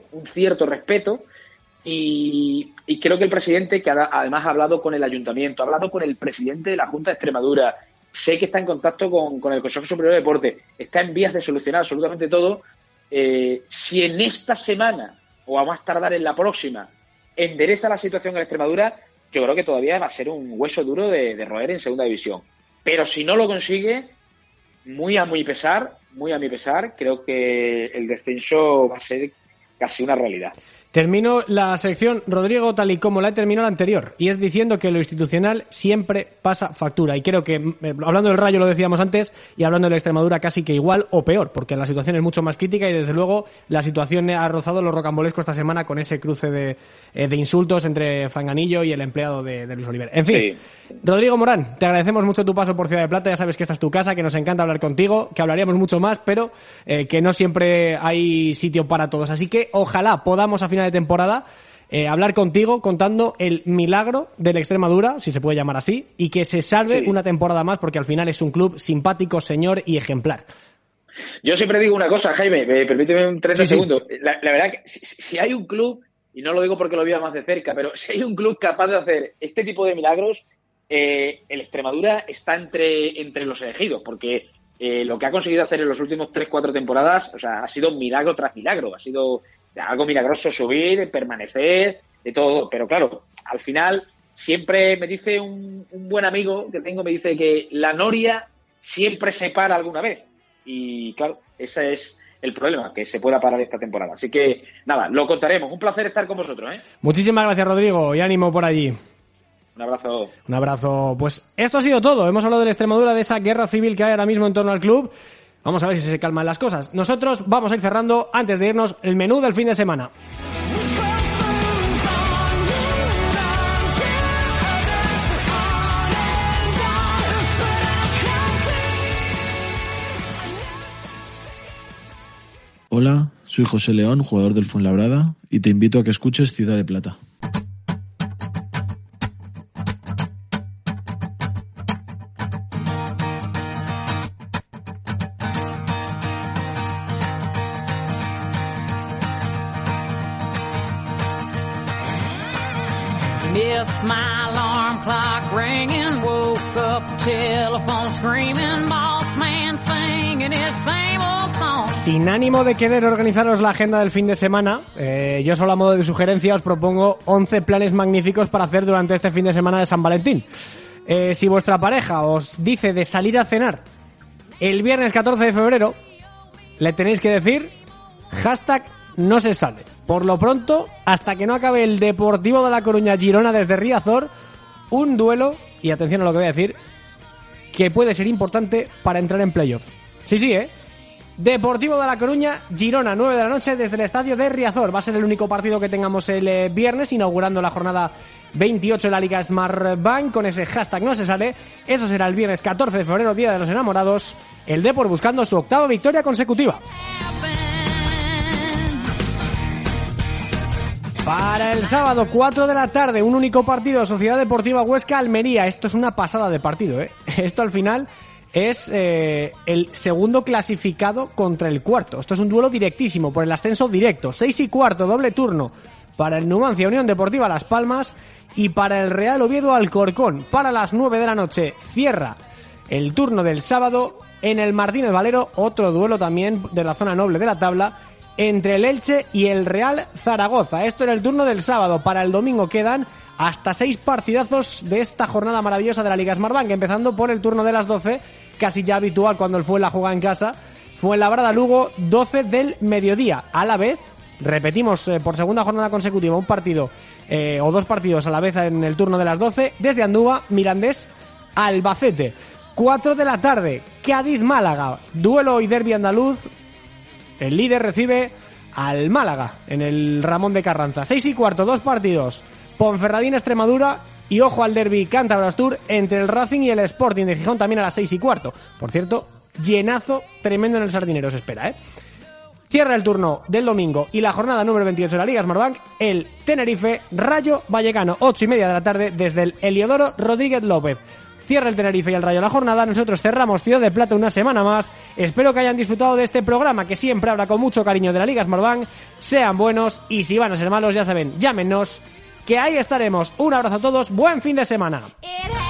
y creo que el presidente, que además ha hablado con el ayuntamiento, ha hablado con el presidente de la Junta de Extremadura, sé que está en contacto con el Consejo Superior de Deporte, está en vías de solucionar absolutamente todo. Si en esta semana o a más tardar en la próxima endereza la situación en la Extremadura, yo creo que todavía va a ser un hueso duro de roer en segunda división. Pero si no lo consigue, muy a mi pesar, creo que el descenso va a ser casi una realidad.
Termino la sección, Rodrigo, tal y como la he terminado la anterior, y es diciendo que lo institucional siempre pasa factura. Y creo que, hablando del Rayo lo decíamos antes, y hablando de la Extremadura casi que igual o peor, porque la situación es mucho más crítica y desde luego la situación ha rozado lo rocambolesco esta semana con ese cruce de insultos entre Fanganillo y el empleado de Luis Oliver. En fin, sí. Rodrigo Morán, te agradecemos mucho tu paso por Ciudad de Plata, ya sabes que esta es tu casa, que nos encanta hablar contigo, que hablaríamos mucho más, pero que no siempre hay sitio para todos. Así que ojalá podamos a final de temporada hablar contigo contando el milagro de la Extremadura, si se puede llamar así, y que se salve una temporada más, porque al final es un club simpático, señor y ejemplar.
Yo siempre digo una cosa, Jaime, permíteme 30 segundos. La verdad que si hay un club, y no lo digo porque lo viva más de cerca, pero si hay un club capaz de hacer este tipo de milagros, el Extremadura está entre los elegidos, porque lo que ha conseguido hacer en los últimos 3-4 temporadas, o sea, ha sido milagro tras milagro, ha sido algo milagroso subir, permanecer, de todo. Pero claro, al final siempre me dice un buen amigo que tengo, me dice que la noria siempre se para alguna vez. Y claro, ese es el problema, que se pueda parar esta temporada. Así que nada, lo contaremos. Un placer estar con vosotros, ¿eh?
Muchísimas gracias, Rodrigo, y ánimo por allí.
Un abrazo.
Un abrazo. Pues esto ha sido todo. Hemos hablado de la Extremadura, de esa guerra civil que hay ahora mismo en torno al club. Vamos a ver si se calman las cosas. Nosotros vamos a ir cerrando, antes de irnos, el menú del fin de semana.
Hola, soy José León, jugador del Fuenlabrada, y te invito a que escuches Ciudad de Plata.
Missed my alarm clock ringing, woke up, telephone screaming, boss man singing his same old song.
Sin ánimo de querer organizaros la agenda del fin de semana, yo solo a modo de sugerencia os propongo 11 planes magníficos para hacer durante este fin de semana de San Valentín. Si vuestra pareja os dice de salir a cenar el viernes 14 de febrero, le tenéis que decir #no se sale. Por lo pronto, hasta que no acabe el Deportivo de La Coruña Girona desde Riazor, un duelo, y atención a lo que voy a decir, que puede ser importante para entrar en playoff. Sí, Deportivo de La Coruña Girona, 9 de la noche desde el estadio de Riazor. Va a ser el único partido que tengamos el viernes, inaugurando la jornada 28 de la Liga Smartbank con ese #no se sale. Eso será el viernes 14 de febrero, Día de los Enamorados. El Depor buscando su 8ª victoria consecutiva. Para el sábado, 4 de la tarde, un único partido, Sociedad Deportiva Huesca-Almería. Esto es una pasada de partido, ¿eh? Esto al final es el segundo clasificado contra el cuarto. Esto es un duelo directísimo por el ascenso directo. 6:15, doble turno para el Numancia Unión Deportiva Las Palmas y para el Real Oviedo Alcorcón. Para las 9 de la noche cierra el turno del sábado en el Martínez Valero, otro duelo también de la zona noble de la tabla, entre el Elche y el Real Zaragoza. Esto era el turno del sábado. Para el domingo quedan hasta 6 partidazos de esta jornada maravillosa de la Liga Smartbank, empezando por el turno de las 12, casi ya habitual cuando el Fuenla juega en casa. Fuenlabrada-Lugo, 12 del mediodía. A la vez, repetimos por segunda jornada consecutiva un partido o 2 partidos a la vez en el turno de las 12, desde Andúba, Mirandés-Albacete. 4 de la tarde, Cádiz-Málaga, duelo y derbi andaluz. El líder recibe al Málaga en el Ramón de Carranza. 6:15, 2 partidos. Ponferradina-Extremadura y ojo al derbi Cántabro-Astur entre el Racing y el Sporting de Gijón también a las 6:15. Por cierto, llenazo tremendo en el Sardinero se espera, ¿eh? Cierra el turno del domingo y la jornada número 28 de la Liga Smartbank, el Tenerife Rayo Vallecano, 8:30 de la tarde desde el Heliodoro Rodríguez López. Cierra el Tenerife y el Rayo la jornada. Nosotros cerramos Ciudad de Plata una semana más. Espero que hayan disfrutado de este programa que siempre habla con mucho cariño de la Liga Smartbank. Sean buenos y si van a ser malos, ya saben, llámenos, que ahí estaremos. Un abrazo a todos, buen fin de semana.